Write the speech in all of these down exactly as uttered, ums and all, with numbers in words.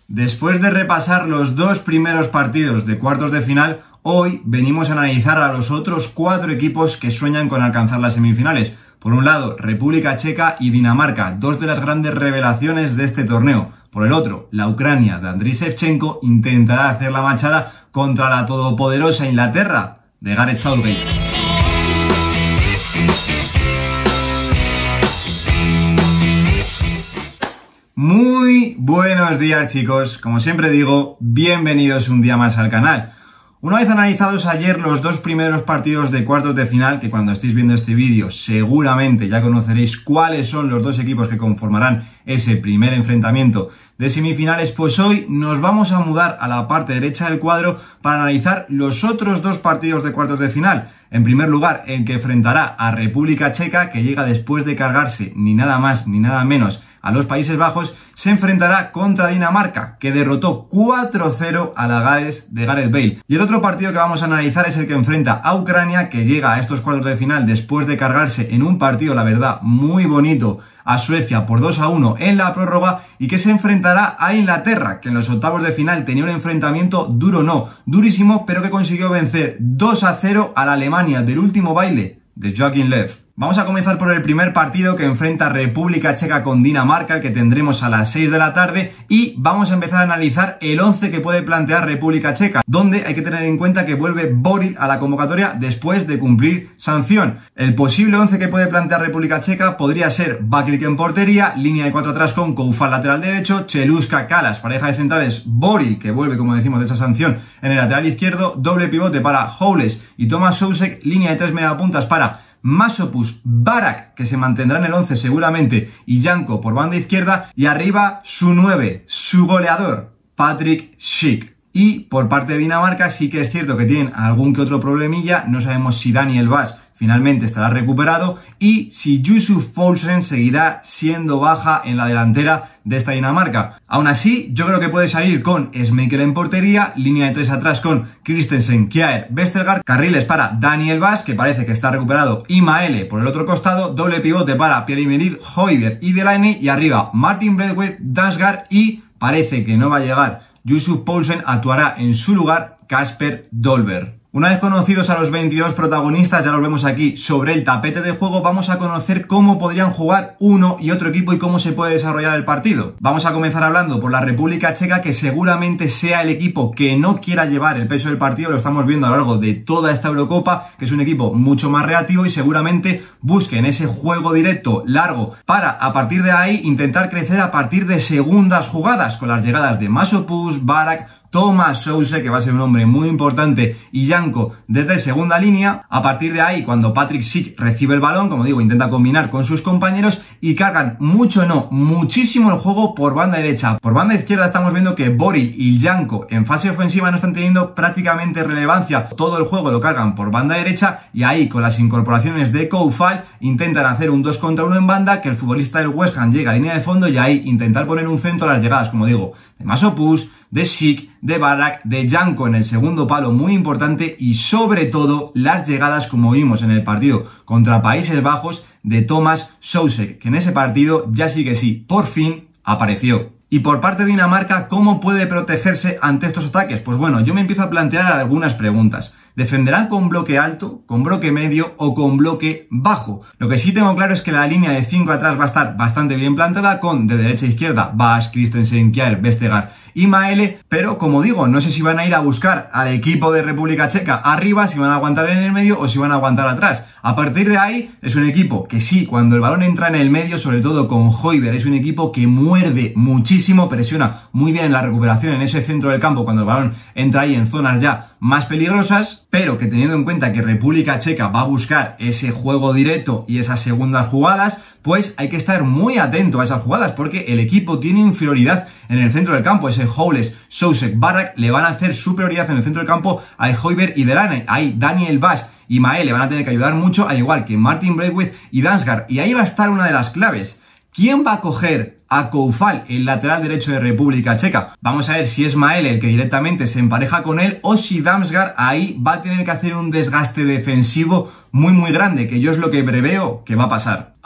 Después de repasar los dos primeros partidos de cuartos de final, hoy venimos a analizar a los otros cuatro equipos que sueñan con alcanzar las semifinales. Por un lado, República Checa y Dinamarca, dos de las grandes revelaciones de este torneo. Por el otro, la Ucrania de Andriy Shevchenko intentará hacer la machada contra la todopoderosa Inglaterra de Gareth Southgate. Muy buenos días, chicos, como siempre digo, bienvenidos un día más al canal. Una vez analizados ayer los dos primeros partidos de cuartos de final, que cuando estéis viendo este vídeo seguramente ya conoceréis cuáles son los dos equipos que conformarán ese primer enfrentamiento de semifinales, pues hoy nos vamos a mudar a la parte derecha del cuadro para analizar los otros dos partidos de cuartos de final. En primer lugar, el que enfrentará a República Checa, que llega después de cargarse ni nada más ni nada menos a los Países Bajos, se enfrentará contra Dinamarca, que derrotó cuatro cero a la Gales de Gareth Bale. Y el otro partido que vamos a analizar es el que enfrenta a Ucrania, que llega a estos cuartos de final después de cargarse en un partido, la verdad, muy bonito a Suecia por dos a uno en la prórroga, y que se enfrentará a Inglaterra, que en los octavos de final tenía un enfrentamiento duro, no, durísimo, pero que consiguió vencer dos a cero a la Alemania del último baile de Joachim Löw. Vamos a comenzar por el primer partido que enfrenta República Checa con Dinamarca, el que tendremos a las seis de la tarde, y vamos a empezar a analizar el once que puede plantear República Checa, donde hay que tener en cuenta que vuelve Boril a la convocatoria después de cumplir sanción. El posible once que puede plantear República Checa podría ser Baklik en portería, línea de cuatro atrás con Koufal lateral derecho, Cheluska, Kalas, pareja de centrales, Boril, que vuelve como decimos de esa sanción en el lateral izquierdo, doble pivote para Howles y Tomas Soucek, línea de tres mediapuntas para Masopust, Barak, que se mantendrá en el once seguramente, y Janko por banda izquierda, y arriba su nueve, su goleador, Patrick Schick. Y por parte de Dinamarca sí que es cierto que tienen algún que otro problemilla, no sabemos si Daniel Bas finalmente estará recuperado y si Yusuf Poulsen seguirá siendo baja en la delantera de esta Dinamarca. Aún así, yo creo que puede salir con Schmeichel en portería, línea de tres atrás con Christensen, Kjaer, Vestergaard, carriles para Daniel Bas, que parece que está recuperado, y Maele por el otro costado, doble pivote para Pierre-Emerick Højbjerg y Delaney, y arriba Martin Braithwaite, Damsgaard, y parece que no va a llegar Yusuf Poulsen, actuará en su lugar Kasper Dolberg. Una vez conocidos a los veintidós protagonistas, ya los vemos aquí sobre el tapete de juego, vamos a conocer cómo podrían jugar uno y otro equipo y cómo se puede desarrollar el partido. Vamos a comenzar hablando por la República Checa, que seguramente sea el equipo que no quiera llevar el peso del partido, lo estamos viendo a lo largo de toda esta Eurocopa, que es un equipo mucho más reactivo y seguramente busquen ese juego directo largo para, a partir de ahí, intentar crecer a partir de segundas jugadas, con las llegadas de Masopust, Barak, Tomas Soucek, que va a ser un hombre muy importante, y Janko desde segunda línea. A partir de ahí, cuando Patrick Schick recibe el balón, como digo, intenta combinar con sus compañeros y cargan mucho, no, muchísimo el juego por banda derecha. Por banda izquierda estamos viendo que Boril y Janko en fase ofensiva no están teniendo prácticamente relevancia. Todo el juego lo cargan por banda derecha y ahí, con las incorporaciones de Koufal, intentan hacer un dos contra uno en banda, que el futbolista del West Ham llega a línea de fondo y ahí intentar poner un centro a las llegadas, como digo, de Masopust, de Schick, de Barak, de Janko en el segundo palo, muy importante, y sobre todo las llegadas, como vimos en el partido contra Países Bajos, de Tomas Soucek, que en ese partido ya sí que sí, por fin apareció. Y por parte de Dinamarca, ¿cómo puede protegerse ante estos ataques? Pues bueno, yo me empiezo a plantear algunas preguntas. ¿Defenderán con bloque alto, con bloque medio o con bloque bajo? Lo que sí tengo claro es que la línea de cinco atrás va a estar bastante bien plantada, con de derecha a izquierda Bas, Christensen, Kjaer, Vestergaard y Maele, pero como digo, no sé si van a ir a buscar al equipo de República Checa arriba, si van a aguantar en el medio o si van a aguantar atrás. A partir de ahí, es un equipo que sí, cuando el balón entra en el medio, sobre todo con Højbjerg, es un equipo que muerde muchísimo, presiona muy bien la recuperación en ese centro del campo cuando el balón entra ahí en zonas ya más peligrosas, pero que teniendo en cuenta que República Checa va a buscar ese juego directo y esas segundas jugadas, pues hay que estar muy atento a esas jugadas, porque el equipo tiene inferioridad en el centro del campo. Ese Howles, Soucek, Barak le van a hacer superioridad en el centro del campo a Højbjerg y Delaney. Ahí Daniel Bas y Maele van a tener que ayudar mucho, al igual que Martin Braithwaite y Damsgaard. Y ahí va a estar una de las claves. ¿Quién va a coger a Koufal, el lateral derecho de República Checa? Vamos a ver si es Maele el que directamente se empareja con él o si Damsgaard ahí va a tener que hacer un desgaste defensivo muy muy grande, que yo es lo que preveo que va a pasar.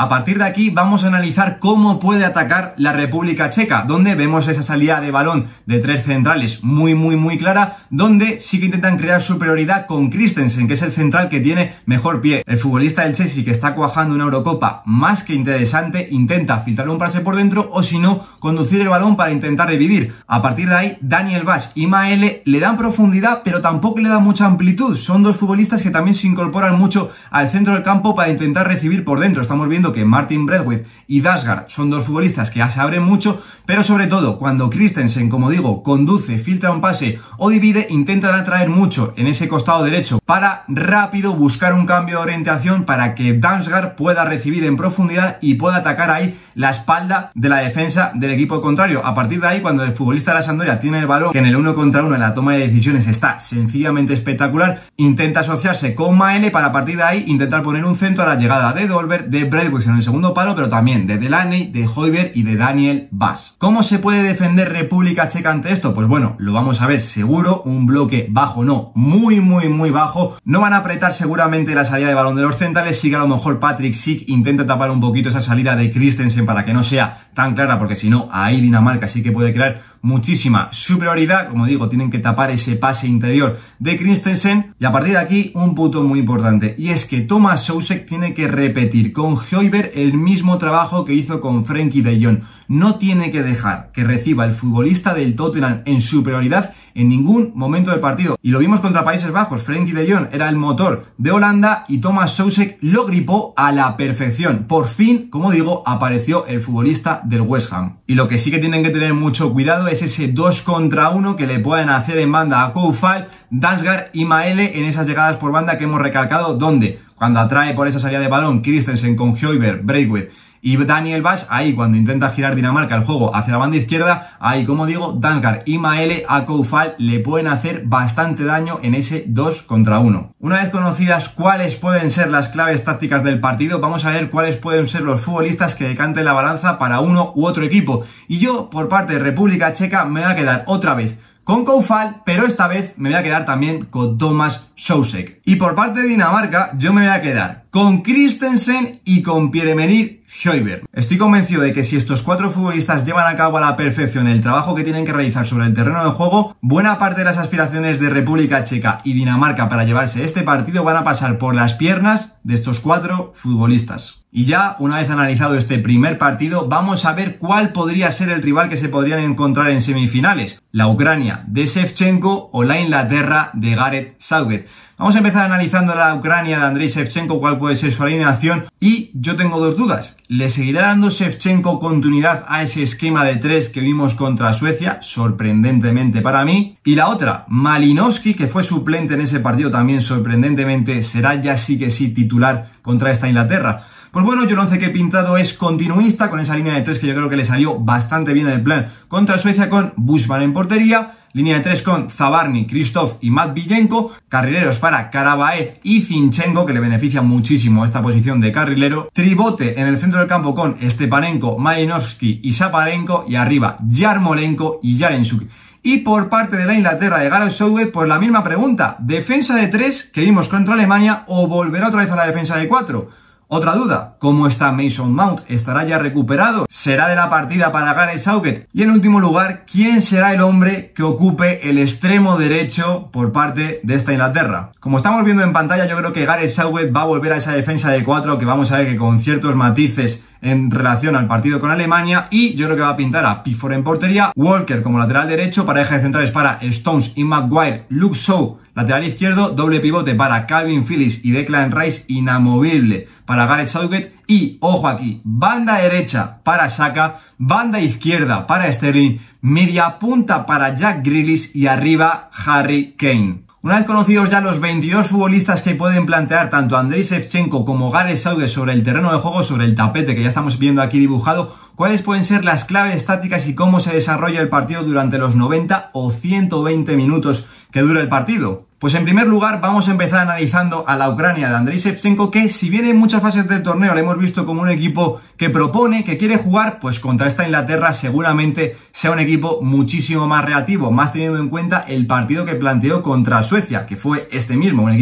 A partir de aquí vamos a analizar cómo puede atacar la República Checa, donde vemos esa salida de balón de tres centrales muy muy muy clara, donde sí que intentan crear superioridad con Christensen, que es el central que tiene mejor pie. El futbolista del Chelsea, que está cuajando una Eurocopa más que interesante, intenta filtrar un pase por dentro o si no, conducir el balón para intentar dividir. A partir de ahí, Daniel Bash y Maele le dan profundidad, pero tampoco le dan mucha amplitud. Son dos futbolistas que también se incorporan mucho al centro del campo para intentar recibir por dentro. Estamos viendo que Martin Braithwaite y Dalsgaard son dos futbolistas que ya se abren mucho, pero sobre todo cuando Christensen, como digo, conduce, filtra un pase o divide, intentan atraer mucho en ese costado derecho para rápido buscar un cambio de orientación para que Dalsgaard pueda recibir en profundidad y pueda atacar ahí la espalda de la defensa del equipo contrario. A partir de ahí, cuando el futbolista de la Sampdoria tiene el balón, que en el uno contra uno en la toma de decisiones está sencillamente espectacular, intenta asociarse con Maele para a partir de ahí intentar poner un centro a la llegada de Dolberg, de Braithwaite en el segundo palo, pero también de Delaney, de Højbjerg y de Daniel Bash. ¿Cómo se puede defender República Checa ante esto? Pues bueno, lo vamos a ver seguro, un bloque bajo no, muy muy muy bajo. No van a apretar seguramente la salida de balón de los centrales, sí que a lo mejor Patrick Schick intenta tapar un poquito esa salida de Christensen para que no sea tan clara, porque si no, ahí Dinamarca sí que puede crear muchísima superioridad. Como digo, tienen que tapar ese pase interior de Christensen. Y a partir de aquí, un punto muy importante, y es que Thomas Soucek tiene que repetir con Højbjerg el mismo trabajo que hizo con Frenkie de Jong. No tiene que dejar que reciba el futbolista del Tottenham en superioridad en ningún momento del partido. Y lo vimos contra Países Bajos. Frenkie de Jong era el motor de Holanda y Thomas Soucek lo gripó a la perfección. Por fin, como digo, apareció el futbolista del West Ham. Y lo que sí que tienen que tener mucho cuidado es ese dos contra uno que le pueden hacer en banda a Koufal, Dalsgaard y Maele en esas llegadas por banda que hemos recalcado, donde cuando atrae por esa salida de balón Christensen con Højbjerg, Braithwaite y Daniel Bash, ahí cuando intenta girar Dinamarca el juego hacia la banda izquierda, ahí como digo, Dalsgaard y Maele a Koufal le pueden hacer bastante daño en ese dos contra uno. Una vez conocidas cuáles pueden ser las claves tácticas del partido, vamos a ver cuáles pueden ser los futbolistas que decanten la balanza para uno u otro equipo. Y yo, por parte de República Checa, me voy a quedar otra vez con Koufal, pero esta vez me voy a quedar también con Thomas Soucek. Y por parte de Dinamarca, yo me voy a quedar con Christensen y con Pierre-Emerick Højbjerg. Estoy convencido de que si estos cuatro futbolistas llevan a cabo a la perfección el trabajo que tienen que realizar sobre el terreno de juego, buena parte de las aspiraciones de República Checa y Dinamarca para llevarse este partido van a pasar por las piernas de estos cuatro futbolistas. Y ya, una vez analizado este primer partido, vamos a ver cuál podría ser el rival que se podrían encontrar en semifinales. La Ucrania de Shevchenko o la Inglaterra de Gareth Southgate. Vamos a empezar analizando la Ucrania de Andriy Shevchenko, cuál puede ser su alineación, y yo tengo dos dudas. ¿Le seguirá dando Shevchenko continuidad a ese esquema de tres que vimos contra Suecia? Sorprendentemente para mí. Y la otra, Malinovský, que fue suplente en ese partido también sorprendentemente, ¿será ya sí que sí titular contra esta Inglaterra? Pues bueno, yo el once que he pintado es continuista, con esa línea de tres que yo creo que le salió bastante bien el plan contra Suecia, con Bushman en portería, línea de tres con Zabarny, Krzysztof y Matviyenko, carrileros para Karavaev y Zinchenko, que le beneficia muchísimo esta posición de carrilero, tribote en el centro del campo con Stepanenko, Malinovský y Shaparenko, y arriba Yarmolenko y Yaremchuk. Y por parte de la Inglaterra de Gareth Southgate, pues la misma pregunta, defensa de tres que vimos contra Alemania o volverá otra vez a la defensa de cuatro. Otra duda, ¿cómo está Mason Mount? ¿Estará ya recuperado? ¿Será de la partida para Gareth Southgate? Y en último lugar, ¿quién será el hombre que ocupe el extremo derecho por parte de esta Inglaterra? Como estamos viendo en pantalla, yo creo que Gareth Southgate va a volver a esa defensa de cuatro, que vamos a ver que con ciertos matices en relación al partido con Alemania, y yo creo que va a pintar a Pickford en portería, Walker como lateral derecho, pareja de centrales para Stones y Maguire, Luke Shaw lateral izquierdo, doble pivote para Calvin Phillips y Declan Rice, inamovible para Gareth Southgate, y ojo aquí, banda derecha para Saka, banda izquierda para Sterling, media punta para Jack Grealish y arriba Harry Kane. Una vez conocidos ya los veintidós futbolistas que pueden plantear tanto Andriy Shevchenko como Gareth Southgate sobre el terreno de juego, sobre el tapete que ya estamos viendo aquí dibujado, cuáles pueden ser las claves tácticas y cómo se desarrolla el partido durante los noventa o ciento veinte minutos que dura el partido. Pues en primer lugar vamos a empezar analizando a la Ucrania de Andriy Shevchenko, que si bien en muchas fases del torneo le hemos visto como un equipo que propone, que quiere jugar, pues contra esta Inglaterra seguramente sea un equipo muchísimo más reactivo, más teniendo en cuenta el partido que planteó contra Suecia, que fue este mismo, un equipo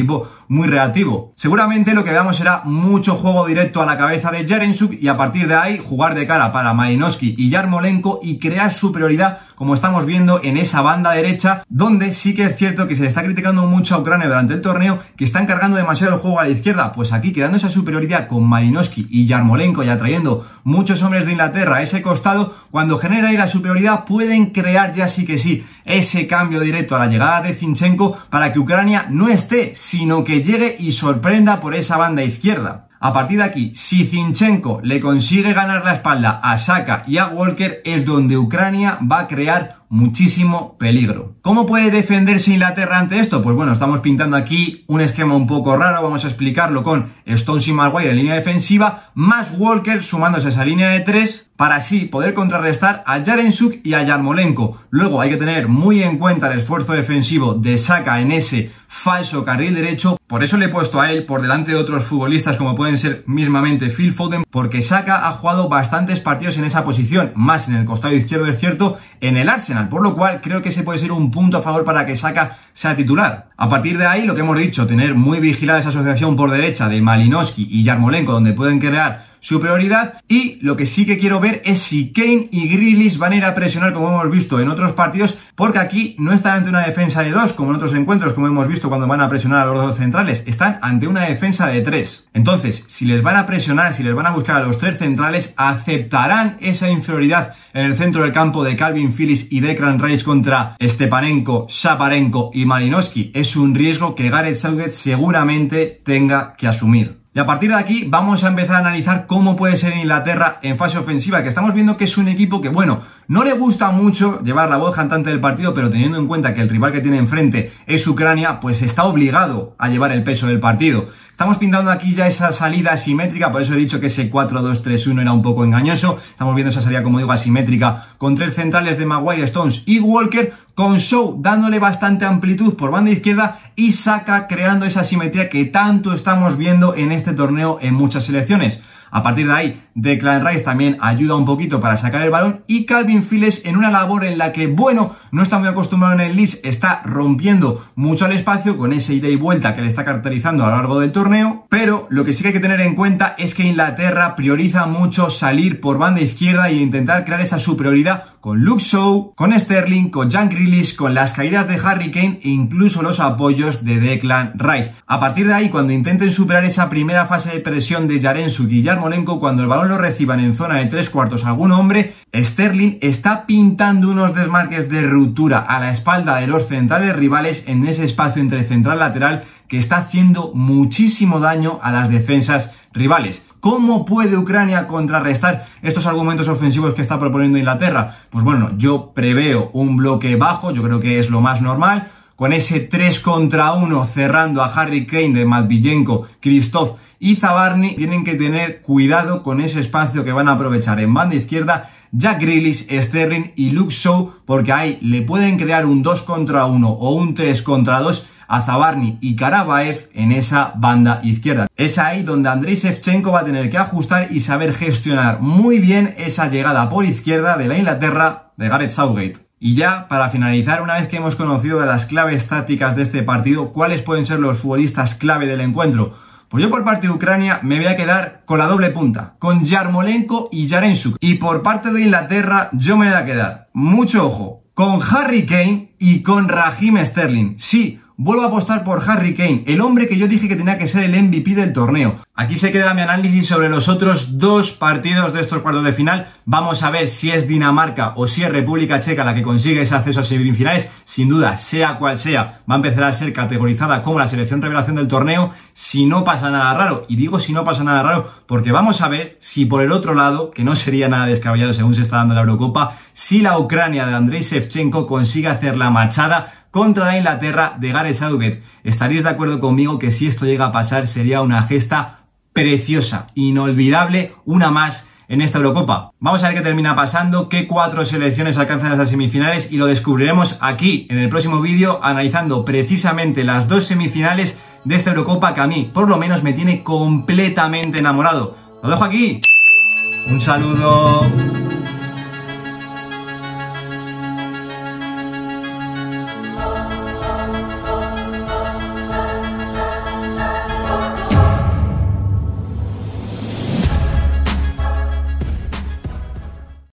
muy reactivo. Seguramente lo que veamos será mucho juego directo a la cabeza de Yaremchuk y a partir de ahí jugar de cara para Malinovskyi y Yarmolenko y crear superioridad, como estamos viendo en esa banda derecha, donde sí que es cierto que se le está criticando mucho a Ucrania durante el torneo, que están cargando demasiado el juego a la izquierda. Pues aquí, quedando esa superioridad con Malinovskyi y Yarmolenko y atrayendo muchos hombres de Inglaterra a ese costado, cuando genera ahí la superioridad pueden crear ya sí que sí ese cambio directo a la llegada de Zinchenko para que Ucrania no esté, sino que llegue y sorprenda por esa banda izquierda. A partir de aquí, si Zinchenko le consigue ganar la espalda a Xhaka y a Walker, es donde Ucrania va a crear muchísimo peligro. ¿Cómo puede defenderse Inglaterra ante esto? Pues bueno, estamos pintando aquí un esquema un poco raro, vamos a explicarlo con Stones y Maguire en línea defensiva, más Walker sumándose a esa línea de tres, para así poder contrarrestar a Yaremchuk y a Yarmolenko. Luego hay que tener muy en cuenta el esfuerzo defensivo de Xhaka en ese falso carril derecho, por eso le he puesto a él por delante de otros futbolistas como pueden ser mismamente Phil Foden, porque Xhaka ha jugado bastantes partidos en esa posición, más en el costado izquierdo es cierto, en el Arsenal, por lo cual creo que ese puede ser un punto a favor para que Xhaka sea titular. A partir de ahí, lo que hemos dicho, tener muy vigilada esa asociación por derecha de Malinovskyi y Yarmolenko, donde pueden crear superioridad, y lo que sí que quiero ver es si Kane y Grealish van a ir a presionar como hemos visto en otros partidos, porque aquí no están ante una defensa de dos como en otros encuentros, como hemos visto cuando van a presionar a los dos centrales, están ante una defensa de tres. Entonces, si les van a presionar, si les van a buscar a los tres centrales, aceptarán esa inferioridad en el centro del campo de Calvin Phillips y Declan Rice contra Stepanenko, Shaparenko y Malinovskyi. Es un riesgo que Gareth Southgate seguramente tenga que asumir. Y a partir de aquí vamos a empezar a analizar cómo puede ser Inglaterra en fase ofensiva, que estamos viendo que es un equipo que, bueno, no le gusta mucho llevar la voz cantante del partido, pero teniendo en cuenta que el rival que tiene enfrente es Ucrania, pues está obligado a llevar el peso del partido. Estamos pintando aquí ya esa salida asimétrica, por eso he dicho que ese cuatro dos tres uno era un poco engañoso. Estamos viendo esa salida, como digo, asimétrica con tres centrales de Maguire, Stones y Walker, con Shaw dándole bastante amplitud por banda izquierda y Xhaka creando esa simetría que tanto estamos viendo en este torneo en muchas selecciones. A partir de ahí, Declan Rice también ayuda un poquito para sacar el balón y Calvin Phillips en una labor en la que, bueno, no está muy acostumbrado en el Leeds, está rompiendo mucho al espacio con ese ida y vuelta que le está caracterizando a lo largo del torneo, pero lo que sí que hay que tener en cuenta es que Inglaterra prioriza mucho salir por banda izquierda e intentar crear esa superioridad con Luke Shaw, con Sterling, con Jack Grealish, con las caídas de Harry Kane e incluso los apoyos de Declan Rice. A partir de ahí, cuando intenten superar esa primera fase de presión de Yaremchuk y Yarmolenko, cuando el balón lo reciban en zona de tres cuartos algún hombre, Sterling está pintando unos desmarques de ruptura a la espalda de los centrales rivales en ese espacio entre central y lateral que está haciendo muchísimo daño a las defensas rivales. ¿Cómo puede Ucrania contrarrestar estos argumentos ofensivos que está proponiendo Inglaterra? Pues bueno, yo preveo un bloque bajo, yo creo que es lo más normal, con ese tres contra uno cerrando a Harry Kane de Matviyenko, Krzysztof y Zabarny. Tienen que tener cuidado con ese espacio que van a aprovechar en banda izquierda Jack Grealish, Sterling y Luke Shaw, porque ahí le pueden crear un dos contra uno o un tres contra dos a Zabarny y Karavaev en esa banda izquierda. Es ahí donde Andrei Shevchenko va a tener que ajustar y saber gestionar muy bien esa llegada por izquierda de la Inglaterra de Gareth Southgate. Y ya, para finalizar, una vez que hemos conocido de las claves tácticas de este partido, ¿cuáles pueden ser los futbolistas clave del encuentro? Pues yo por parte de Ucrania me voy a quedar con la doble punta, con Yarmolenko y Yaremchuk. Y por parte de Inglaterra yo me voy a quedar, mucho ojo, con Harry Kane y con Raheem Sterling. Sí, vuelvo a apostar por Harry Kane, el hombre que yo dije que tenía que ser el M V P del torneo. Aquí se queda mi análisis sobre los otros dos partidos de estos cuartos de final. Vamos a ver si es Dinamarca o si es República Checa la que consigue ese acceso a semifinales. Sin duda, sea cual sea, va a empezar a ser categorizada como la selección revelación del torneo si no pasa nada raro. Y digo si no pasa nada raro porque vamos a ver si por el otro lado, que no sería nada descabellado según se está dando la Eurocopa, si la Ucrania de Andrei Shevchenko consigue hacer la machada contra la Inglaterra de Gareth Southgate. Estaréis de acuerdo conmigo que si esto llega a pasar sería una gesta preciosa, inolvidable, una más en esta Eurocopa. Vamos a ver qué termina pasando, qué cuatro selecciones alcanzan esas semifinales y lo descubriremos aquí en el próximo vídeo analizando precisamente las dos semifinales de esta Eurocopa que a mí por lo menos me tiene completamente enamorado. Lo dejo aquí. Un saludo.